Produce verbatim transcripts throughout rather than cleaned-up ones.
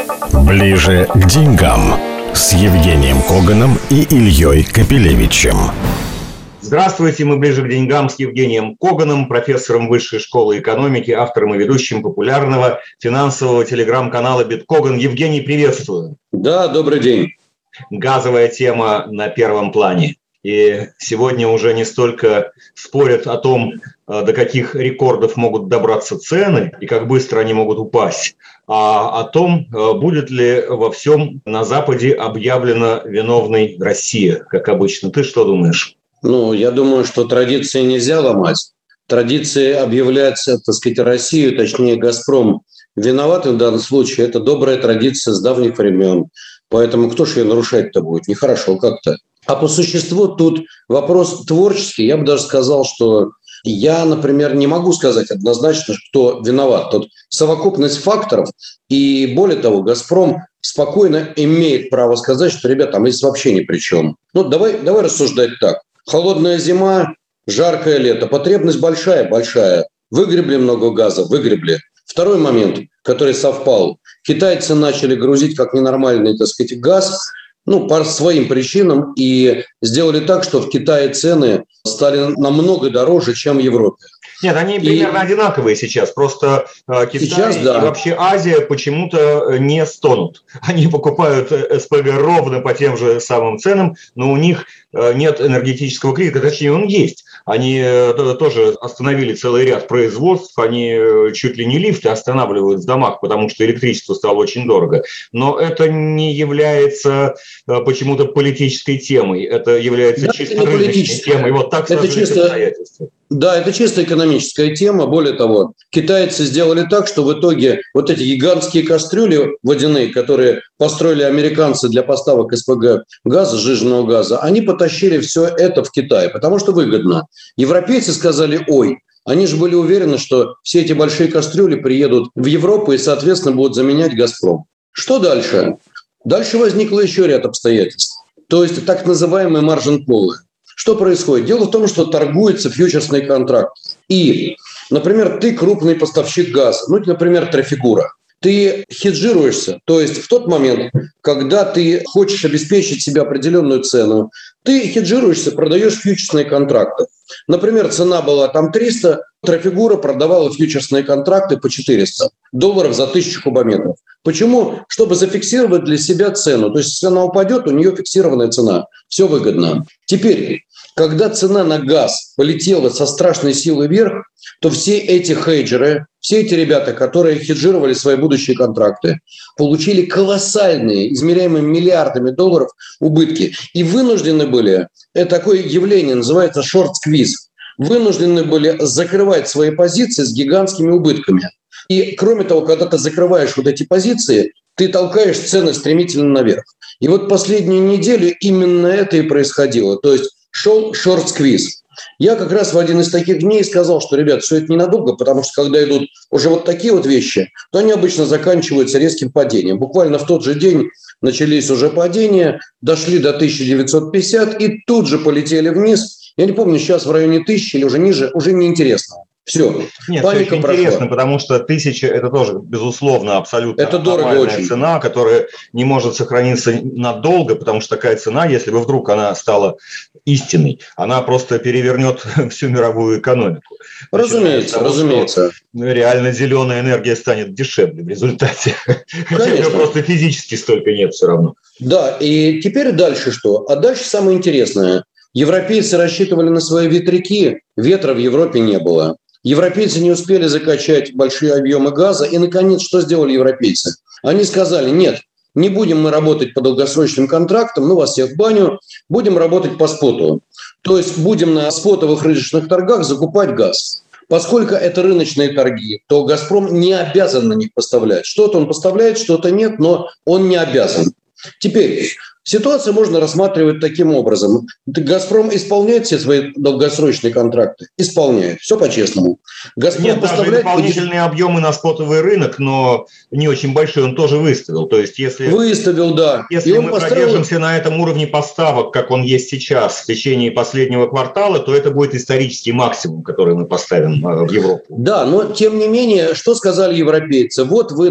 Ближе к деньгам с Евгением Коганом и Ильей Капелевичем. Здравствуйте, мы ближе к деньгам с Евгением Коганом, профессором Высшей школы экономики, автором и ведущим популярного финансового телеграм-канала «Биткоган». Евгений, приветствую. Да, добрый день. Газовая тема на первом плане. И сегодня уже не столько спорят о том, до каких рекордов могут добраться цены и как быстро они могут упасть, а о том, будет ли во всем на Западе объявлена виновной Россия, как обычно. Ты что думаешь? Ну, я думаю, что традиции нельзя ломать. Традиции объявлять, так сказать, Россию, точнее «Газпром», виноватым в данном случае – это добрая традиция с давних времен. Поэтому кто ж ее нарушать-то будет? Нехорошо как-то. А по существу тут вопрос творческий. Я бы даже сказал, что я, например, не могу сказать однозначно, кто виноват. Тут совокупность факторов. И более того, «Газпром» спокойно имеет право сказать, что, ребята, мы здесь вообще ни при чем. Ну, давай, давай рассуждать так. Холодная зима, жаркое лето. Потребность большая-большая. Выгребли много газа, выгребли. Второй момент, который совпал. Китайцы начали грузить как ненормальный, так сказать, газ, ну, по своим причинам, и сделали так, что в Китае цены стали намного дороже, чем в Европе. Нет, они и... примерно одинаковые сейчас. Просто э, Китай сейчас, да. и вообще Азия почему-то не стонут. Они покупают эс пэ гэ ровно по тем же самым ценам, но у них э, нет энергетического кризиса. Точнее, он есть. Они э, тоже остановили целый ряд производств. Они э, чуть ли не лифты останавливают в домах, потому что электричество стало очень дорого. Но это не является э, почему-то политической темой. Это является да, чисто это рыночной темой. Вот так сложились чисто... обстоятельства. Да, это чисто экономическая тема. Более того, китайцы сделали так, что в итоге вот эти гигантские кастрюли водяные, которые построили американцы для поставок эс пэ гэ газа, сжиженного газа, они потащили все это в Китай, потому что выгодно. Европейцы сказали, ой, они же были уверены, что все эти большие кастрюли приедут в Европу и, соответственно, будут заменять «Газпром». Что дальше? Дальше возникло еще ряд обстоятельств. То есть так называемые маржин-колы. Что происходит? Дело в том, что торгуется фьючерсный контракт. И, например, ты крупный поставщик газа, ну, например, Трефигура. Ты хеджируешься, то есть в тот момент, когда ты хочешь обеспечить себе определенную цену, ты хеджируешься, продаешь фьючерсные контракты. Например, цена была там триста, Трефигура продавала фьючерсные контракты по четыреста долларов за тысячу кубометров. Почему? Чтобы зафиксировать для себя цену. То есть, если она упадет, у нее фиксированная цена. Все выгодно. Теперь, когда цена на газ полетела со страшной силой вверх, то все эти хейджеры, все эти ребята, которые хеджировали свои будущие контракты, получили колоссальные, измеряемые миллиардами долларов убытки. И вынуждены были, это такое явление называется шорт-сквиз, вынуждены были закрывать свои позиции с гигантскими убытками. И кроме того, когда ты закрываешь вот эти позиции, ты толкаешь цены стремительно наверх. И вот последнюю неделю именно это и происходило. То есть шел шорт-сквиз. Я как раз в один из таких дней сказал, что, ребят, все это ненадолго, потому что когда идут уже вот такие вот вещи, то они обычно заканчиваются резким падением. Буквально в тот же день начались уже падения, дошли до тысяча девятьсот пятьдесят и тут же полетели вниз. Я не помню, сейчас в районе тысячи или уже ниже, уже неинтересно. Все, Нет, паника очень прошла. Интересно, потому что тысяча – это тоже, безусловно, абсолютно это дорого очень. Цена, которая не может сохраниться надолго, потому что такая цена, если бы вдруг она стала истинной, она просто перевернет всю мировую экономику. Разумеется, того, разумеется. Реально зеленая энергия станет дешевле в результате. Конечно. Просто физически столько нет все равно. Да, и теперь дальше что? А дальше самое интересное. Европейцы рассчитывали на свои ветряки, ветра в Европе не было. Европейцы не успели закачать большие объемы газа. И, наконец, что сделали европейцы? Они сказали, нет, не будем мы работать по долгосрочным контрактам, ну вас всех в баню, будем работать по споту. То есть будем на спотовых рыночных торгах закупать газ. Поскольку это рыночные торги, то «Газпром» не обязан на них поставлять. Что-то он поставляет, что-то нет, но он не обязан. Теперь ситуацию можно рассматривать таким образом. «Газпром» исполняет все свои долгосрочные контракты? Исполняет. Все по-честному. «Газпром» Нет, поставляет дополнительные объемы на спотовый рынок, но не очень большие, он тоже выставил. То есть, если, выставил, да. Если мы построил... продержимся на этом уровне поставок, как он есть сейчас, в течение последнего квартала, то это будет исторический максимум, который мы поставим в Европу. Да, но тем не менее, что сказали европейцы? Вот вы нам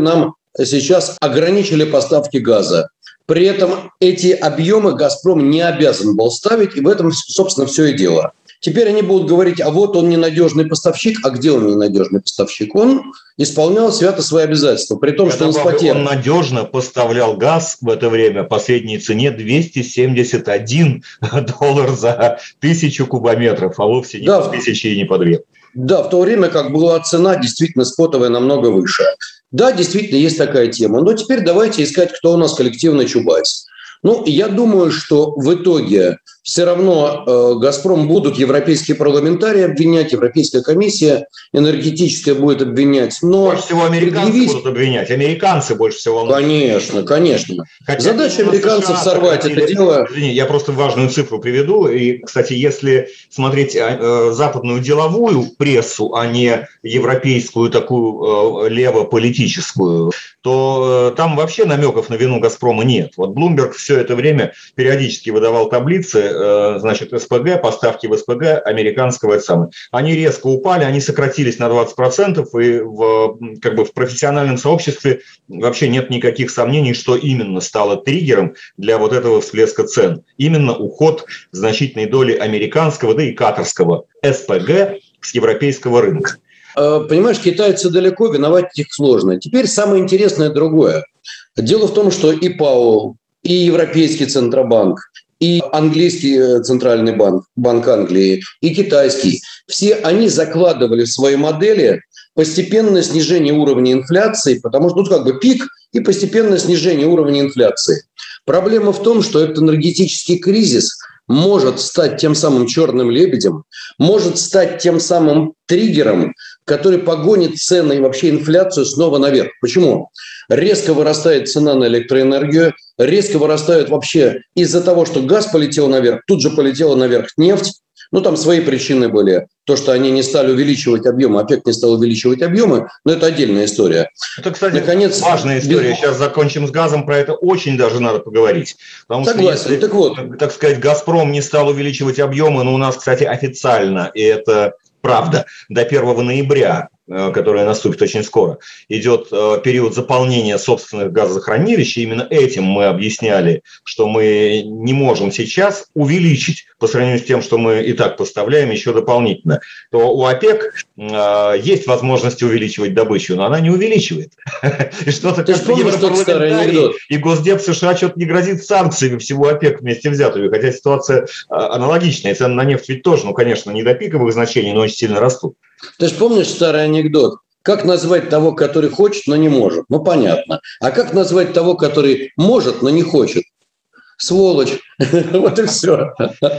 сейчас ограничили поставки газа. При этом эти объемы «Газпром» не обязан был ставить, и в этом, собственно, все и дело. Теперь они будут говорить, а вот он ненадежный поставщик. А где он ненадежный поставщик? Он исполнял свято свои обязательства, при том, Я что добавлю, он спотел. Он надежно поставлял газ в это время по средней цене двести семьдесят один доллар за тысячу кубометров, а вовсе не да, по тысяче и не по две. Да, в то время как была цена действительно спотовая намного выше. Да, действительно, есть такая тема. Но теперь давайте искать, кто у нас коллективный чубайс. Ну, я думаю, что в итоге все равно э, «Газпром» будут европейские парламентарии обвинять, Европейская комиссия энергетическая будет обвинять. Но больше всего американцы предъявить... будут обвинять. Американцы больше всего... Конечно, конечно. Хотя задача американцев США сорвать это дело... Извини, я просто важную цифру приведу. И, кстати, если смотреть э, западную деловую прессу, а не европейскую такую э, левополитическую, то э, там вообще намеков на вину «Газпрома» нет. Вот Bloomberg все это время периодически выдавал таблицы, э, значит, СПГ, поставки в СПГ американского, это самое. Они резко упали, они сократились на двадцать процентов, и в, как бы в профессиональном сообществе вообще нет никаких сомнений, что именно стало триггером для вот этого всплеска цен. Именно уход значительной доли американского, да и катарского СПГ с европейского рынка. Понимаешь, китайцы далеко, виноват их сложно. Теперь самое интересное другое. Дело в том, что и Пауэлл, и Европейский Центробанк, и английский Центральный банк, Банк Англии, и китайский, все они закладывали в свои модели постепенное снижение уровня инфляции, потому что тут как бы пик и постепенное снижение уровня инфляции. Проблема в том, что этот энергетический кризис может стать тем самым черным лебедем, может стать тем самым триггером, который погонит цены и вообще инфляцию снова наверх. Почему? Резко вырастает цена на электроэнергию, резко вырастает вообще из-за того, что газ полетел наверх, тут же полетела наверх нефть. Ну, там свои причины были. То, что они не стали увеличивать объемы, ОПЕК не стал увеличивать объемы, но это отдельная история. Это, кстати, Наконец, важная история. Сейчас закончим с газом, про это очень даже надо поговорить. Потому Согласен. Что если, так вот. так сказать, «Газпром» не стал увеличивать объемы, но у нас, кстати, официально, и это правда, до первого ноября, которая наступит очень скоро, идет период заполнения собственных газохранилищ. И именно этим мы объясняли, что мы не можем сейчас увеличить по сравнению с тем, что мы и так поставляем еще дополнительно. То у ОПЕК есть возможность увеличивать добычу, но она не увеличивает. И что-то как-то Европарламентарий и Госдеп США что-то не грозит санкциями всего ОПЕК вместе взятыми, хотя ситуация аналогичная. Цены на нефть ведь тоже, ну, конечно, не до пиковых значений, но очень сильно растут. Ты же помнишь старый анекдот? Как назвать того, который хочет, но не может? Ну, понятно. А как назвать того, который может, но не хочет? Сволочь. Вот и все.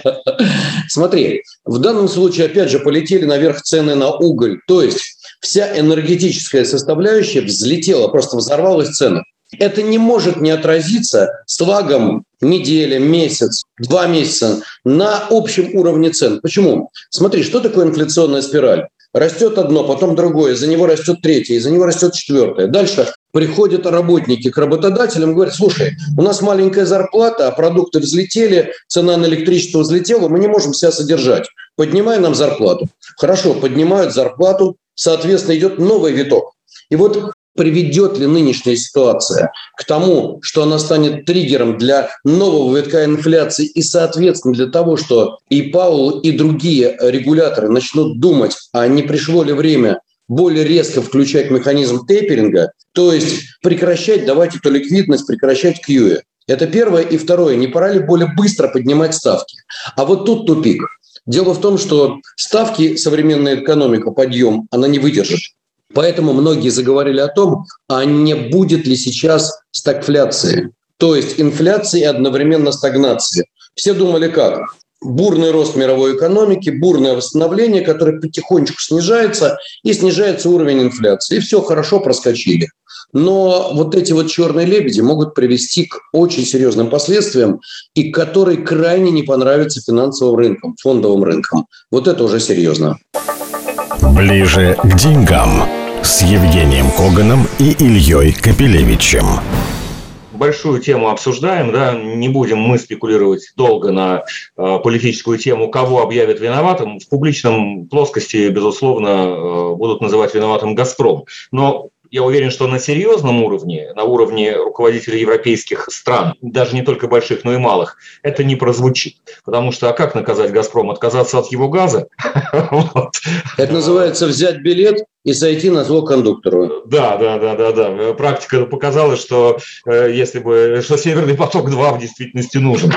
Смотри, в данном случае, опять же, полетели наверх цены на уголь. То есть вся энергетическая составляющая взлетела, просто взорвалась цена. Это не может не отразиться с лагом неделя, месяц, два месяца на общем уровне цен. Почему? Смотри, что такое инфляционная спираль? Растет одно, потом другое, за него растет третье, за него растет четвертое. Дальше приходят работники к работодателям и говорят: слушай, у нас маленькая зарплата, а продукты взлетели, цена на электричество взлетела, мы не можем себя содержать. Поднимай нам зарплату. Хорошо, поднимают зарплату, соответственно, идет новый виток. И вот приведет ли нынешняя ситуация к тому, что она станет триггером для нового витка инфляции и, соответственно, для того, что и Пауэлл, и другие регуляторы начнут думать, а не пришло ли время более резко включать механизм тейперинга, то есть прекращать, давать эту ликвидность, прекращать кью и. Это первое. И второе, не пора ли более быстро поднимать ставки? А вот тут тупик. Дело в том, что ставки современная экономика, подъем, она не выдержит. Поэтому многие заговорили о том, а не будет ли сейчас стагфляции, то есть инфляции и одновременно стагнации. Все думали как? Бурный рост мировой экономики, бурное восстановление, которое потихонечку снижается, и снижается уровень инфляции. И все хорошо, проскочили. Но вот эти вот черные лебеди могут привести к очень серьезным последствиям, и которые крайне не понравятся финансовым рынкам, фондовым рынкам. Вот это уже серьезно. Ближе к деньгам с Евгением Коганом и Ильей Капелевичем. Большую тему обсуждаем, да, не будем мы спекулировать долго на э, политическую тему, кого объявят виноватым. В публичном плоскости, безусловно, э, будут называть виноватым «Газпром». Но я уверен, что на серьезном уровне, на уровне руководителей европейских стран, даже не только больших, но и малых, это не прозвучит. Потому что, а как наказать «Газпром»? Отказаться от его газа? Это называется взять билет и сойти на зло кондуктору. Да, да, да, да, да. Практика показала, что э, если бы, что «Северный поток-два» в действительности нужен.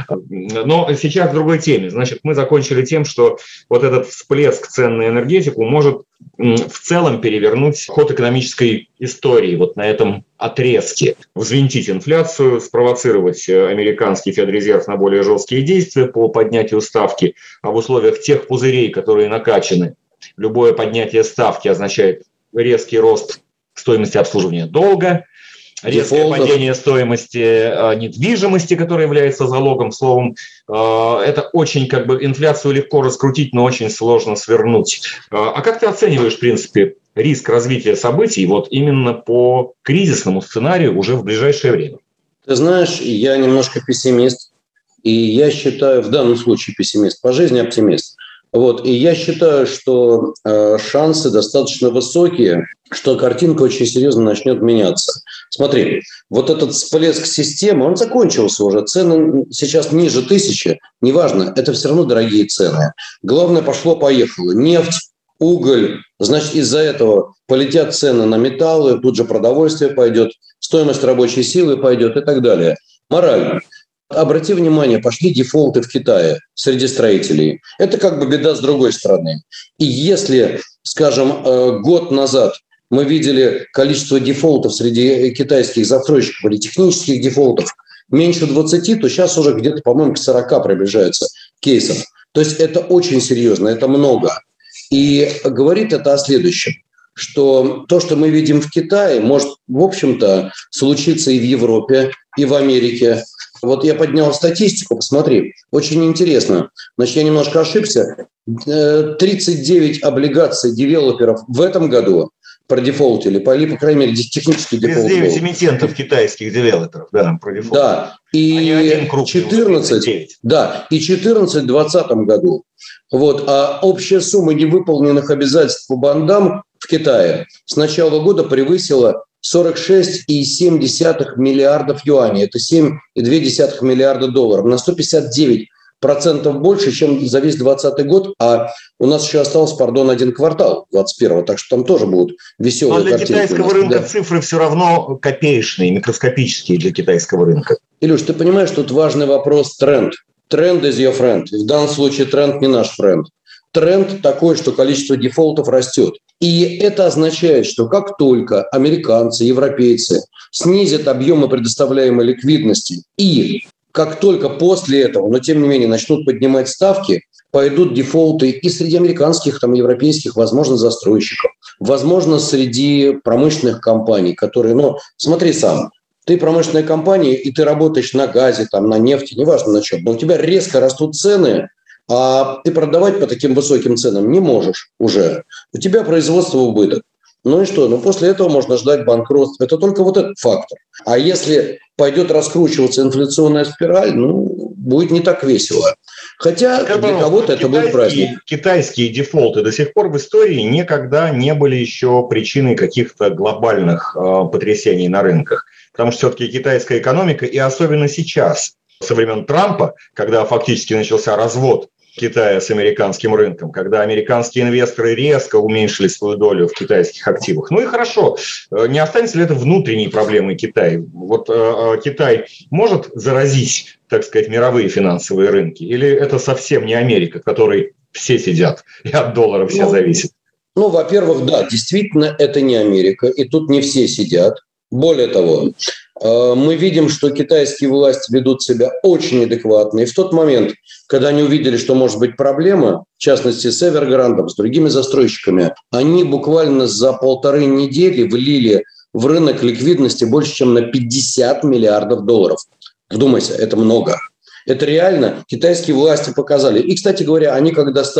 Но сейчас к другой теме. Значит, мы закончили тем, что вот этот всплеск цен на энергетику может в целом перевернуть ход экономической истории вот на этом отрезке. Взвинтить инфляцию, спровоцировать американский Федрезерв на более жесткие действия по поднятию ставки, а в условиях тех пузырей, которые накачаны, любое поднятие ставки означает резкий рост стоимости обслуживания долга, резкое Дефолтов. падение стоимости э, недвижимости, которая является залогом. Словом, э, это очень, как бы, инфляцию легко раскрутить, но очень сложно свернуть. Э, а как ты оцениваешь, в принципе, риск развития событий вот именно по кризисному сценарию уже в ближайшее время? Ты знаешь, я немножко пессимист, и я считаю, в данном случае пессимист, по жизни оптимист. Вот, и я считаю, что э, шансы достаточно высокие, что картинка очень серьезно начнет меняться. Смотри, вот этот всплеск системы, он закончился уже. Цены сейчас ниже тысячи, неважно, это все равно дорогие цены. Главное, пошло-поехало. Нефть, уголь, значит, из-за этого полетят цены на металлы, тут же продовольствие пойдет, стоимость рабочей силы пойдет и так далее. Морально. Обрати внимание, пошли дефолты в Китае среди строителей. Это как бы беда с другой стороны. И если, скажем, год назад мы видели количество дефолтов среди китайских застройщиков или технических дефолтов меньше двадцати, то сейчас уже где-то, по-моему, к сорока приближаются кейсов. То есть это очень серьезно, это много. И говорит это о следующем, что то, что мы видим в Китае, может, в общем-то, случиться и в Европе, и в Америке. Вот я поднял статистику, посмотри, очень интересно. Значит, я немножко ошибся. тридцать девять облигаций девелоперов в этом году продефолтили, или, по крайней мере, технический дефолт. тридцать девять эмитентов китайских девелоперов, да, продефолтили. Да, и четырнадцать, да, и четырнадцать в двадцатом году. Вот, а общая сумма невыполненных обязательств по бандам в Китае с начала года превысила сорок шесть целых семь десятых миллиардов юаней. Это семь целых две десятых миллиарда долларов. На сто пятьдесят девять процентов больше, чем за весь двадцатый год. А у нас еще остался, пардон, один квартал двадцать первого. Так что там тоже будут веселые картинки. Но для китайского рынка да. цифры все равно копеечные, микроскопические для китайского рынка. Илюш, ты понимаешь, тут важный вопрос тренд. Тренд is your friend. В данном случае тренд не наш френд. Тренд такой, что количество дефолтов растет. И это означает, что как только американцы, европейцы снизят объемы предоставляемой ликвидности и как только после этого, но тем не менее начнут поднимать ставки, пойдут дефолты и среди американских, там, европейских, возможно, застройщиков, возможно, среди промышленных компаний, которые, ну, смотри сам, ты промышленная компания, и ты работаешь на газе, там, на нефти, неважно на чем, но у тебя резко растут цены, а ты продавать по таким высоким ценам не можешь уже. У тебя производство в убыток. Ну и что? Ну после этого можно ждать банкротства. Это только вот этот фактор. А если пойдет раскручиваться инфляционная спираль, ну, будет не так весело. Хотя для кого-то это будет праздник. Китайские дефолты до сих пор в истории никогда не были еще причиной каких-то глобальных э, потрясений на рынках. Потому что все-таки китайская экономика, и особенно сейчас, со времен Трампа, когда фактически начался развод Китая с американским рынком, когда американские инвесторы резко уменьшили свою долю в китайских активах. Ну и хорошо, не останется ли это внутренней проблемой Китая? Вот э, Китай может заразить, так сказать, мировые финансовые рынки? Или это совсем не Америка, в которой все сидят и от доллара все ну, зависит? Ну, во-первых, да, действительно, это не Америка, и тут не все сидят. Более того, мы видим, что китайские власти ведут себя очень неадекватно. И в тот момент, когда они увидели, что может быть проблема, в частности с Evergrande, с другими застройщиками, они буквально за полторы недели влили в рынок ликвидности больше, чем на пятьдесят миллиардов долларов. Вдумайся, это много. Это реально китайские власти показали. И, кстати говоря, они когда стали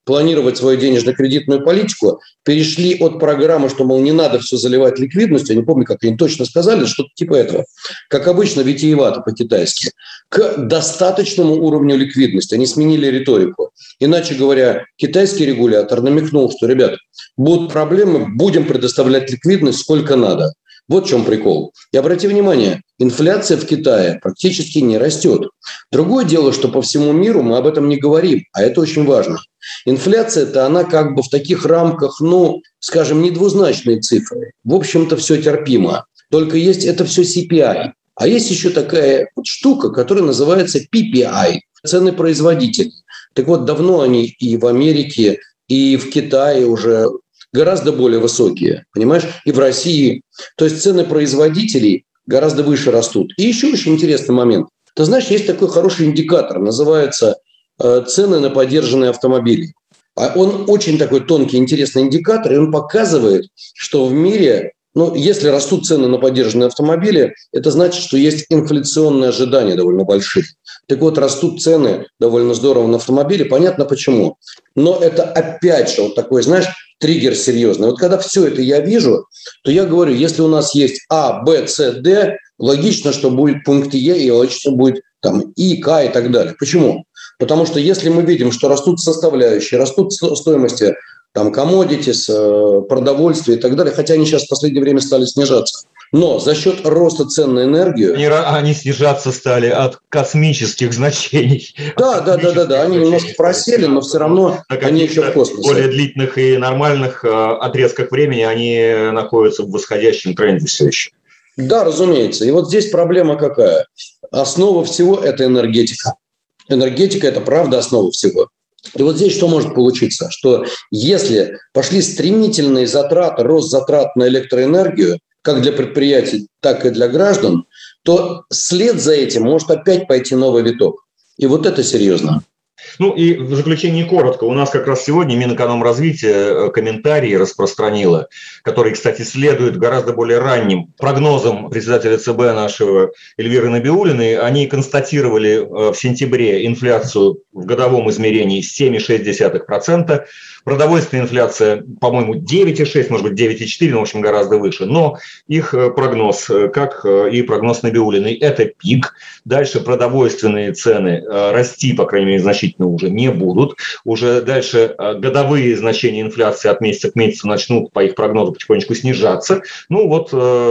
планировать свою денежно-кредитную политику, перешли от программы, что, мол, не надо все заливать ликвидностью, я не помню, как они точно сказали, что-то типа этого, как обычно, витиевато по-китайски, к достаточному уровню ликвидности. Они сменили риторику. Иначе говоря, китайский регулятор намекнул, что, ребят, будут проблемы, будем предоставлять ликвидность сколько надо. Вот в чем прикол. И обрати внимание, инфляция в Китае практически не растет. Другое дело, что по всему миру мы об этом не говорим, а это очень важно. Инфляция-то она как бы в таких рамках, ну, скажем, не двузначные цифры. В общем-то, все терпимо. Только есть это все си пи ай. А есть еще такая вот штука, которая называется пи пи ай – цены производителей. Так вот, давно они и в Америке, и в Китае уже гораздо более высокие, понимаешь, и в России. То есть цены производителей гораздо выше растут. И еще очень интересный момент. Ты знаешь, есть такой хороший индикатор, называется э, цены на подержанные автомобили. А он очень такой тонкий, интересный индикатор, и он показывает, что в мире, ну, если растут цены на подержанные автомобили, это значит, что есть инфляционные ожидания довольно большие. Так вот, растут цены довольно здорово на автомобили, понятно почему. Но это опять же вот такой, знаешь, триггер серьезный. Вот когда все это я вижу, то я говорю, если у нас есть А, Б, С, Д, логично, что будет пункт Е, и логично будет там И, К и так далее. Почему? Потому что если мы видим, что растут составляющие, растут стоимости там commodities, продовольствия и так далее, хотя они сейчас в последнее время стали снижаться. Но за счет роста цен на энергию... Они, они снижаться стали от космических значений. Да, да, да, да, да. Они немножко просели, но все равно они еще в космосе. В более длительных и нормальных отрезках времени они находятся в восходящем тренде все еще. Да, разумеется. И вот здесь проблема какая? Основа всего – это энергетика. Энергетика – это правда основа всего. И вот здесь что может получиться? Что если пошли стремительные затраты, рост затрат на электроэнергию, как для предприятий, так и для граждан, то вслед за этим может опять пойти новый виток. И вот это серьезно. Ну и в заключение коротко. У нас как раз сегодня Минэкономразвития комментарии распространило, который, кстати, следует гораздо более ранним прогнозам председателя ЦБ нашего Эльвиры Набиуллиной. Они констатировали в сентябре инфляцию в годовом измерении семь целых шесть десятых процента. Продовольственная инфляция, по-моему, девять целых шесть, может быть, девять целых четыре, но, в общем, гораздо выше. Но их прогноз, как и прогноз Набиуллиной, это пик. Дальше продовольственные цены расти, по крайней мере, значительно уже не будут. Уже дальше годовые значения инфляции от месяца к месяцу начнут, по их прогнозу, потихонечку снижаться. Ну, вот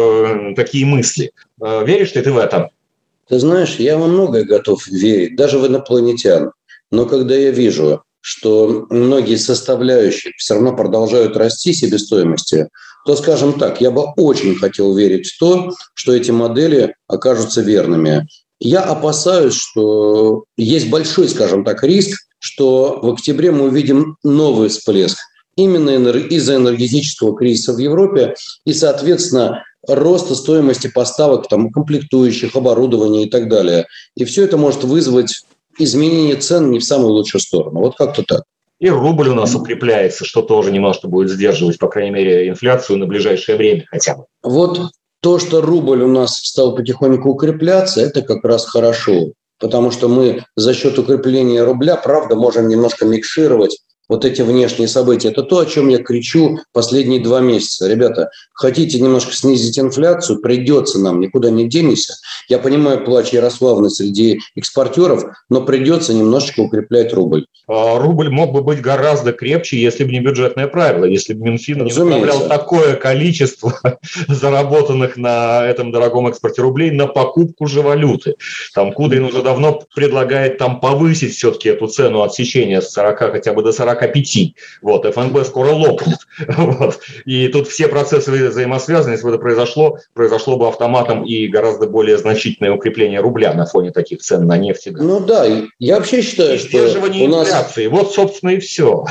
э, такие мысли. Веришь ли ты в это? Ты знаешь, я во многое готов верить, даже в инопланетян. Но когда я вижу, что многие составляющие все равно продолжают расти себестоимости, то, скажем так, я бы очень хотел верить в то, что эти модели окажутся верными. Я опасаюсь, что есть большой, скажем так, риск, что в октябре мы увидим новый всплеск именно из-за энергетического кризиса в Европе и, соответственно, роста стоимости поставок там, комплектующих, оборудования и так далее. И все это может вызвать изменение цен не в самую лучшую сторону. Вот как-то так. И рубль у нас укрепляется, что тоже немножко будет сдерживать, по крайней мере, инфляцию на ближайшее время хотя бы. Вот то, что рубль у нас стал потихоньку укрепляться, это как раз хорошо. Потому что мы за счет укрепления рубля, правда, можем немножко микшировать вот эти внешние события. Это то, о чем я кричу последние два месяца. Ребята, хотите немножко снизить инфляцию, придется нам, никуда не денешься. Я понимаю плач Ярославны среди экспортеров, но придется немножечко укреплять рубль. Рубль мог бы быть гораздо крепче, если бы не бюджетное правило, если бы Минфин не направлял такое количество заработанных на этом дорогом экспорте рублей на покупку же валюты. Там Кудрин уже давно предлагает там повысить все-таки эту цену отсечения с сорока хотя бы до сорока пяти. Вот, эф эн бэ скоро лопнет. Вот. И тут все процессы взаимосвязаны. Если бы это произошло, произошло бы автоматом и гораздо более значительное укрепление рубля на фоне таких цен на нефть. Ну да, я вообще считаю, что у нас... Вот, собственно, и все.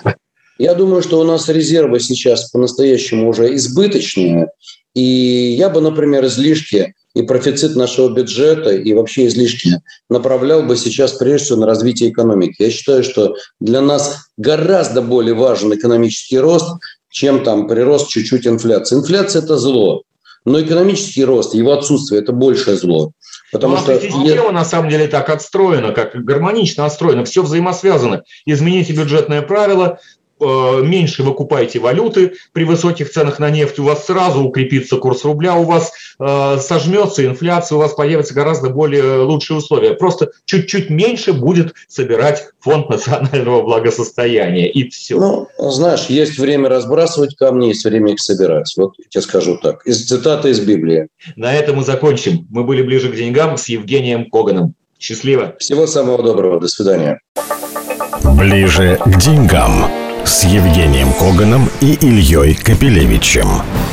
Я думаю, что у нас резервы сейчас по-настоящему уже избыточные. И я бы, например, излишки и профицит нашего бюджета, и вообще излишки направлял бы сейчас прежде всего на развитие экономики. Я считаю, что для нас гораздо более важен экономический рост, чем там прирост чуть-чуть инфляции. Инфляция – это зло. Но экономический рост, его отсутствие – это большее зло. Потому что система на самом деле так отстроена, как гармонично отстроена, все взаимосвязано. Измените бюджетное правило, меньше выкупайте валюты при высоких ценах на нефть, у вас сразу укрепится курс рубля, у вас э, сожмется инфляция, у вас появятся гораздо более лучшие условия. Просто чуть-чуть меньше будет собирать фонд национального благосостояния, и все. Ну, знаешь, есть время разбрасывать камни, есть время их собирать. Вот я тебе скажу так. Из цитаты из Библии. На этом мы закончим. Мы были ближе к деньгам с Евгением Коганом. Счастливо. Всего самого доброго. До свидания. Ближе к деньгам с Евгением Коганом и Ильей Капелевичем.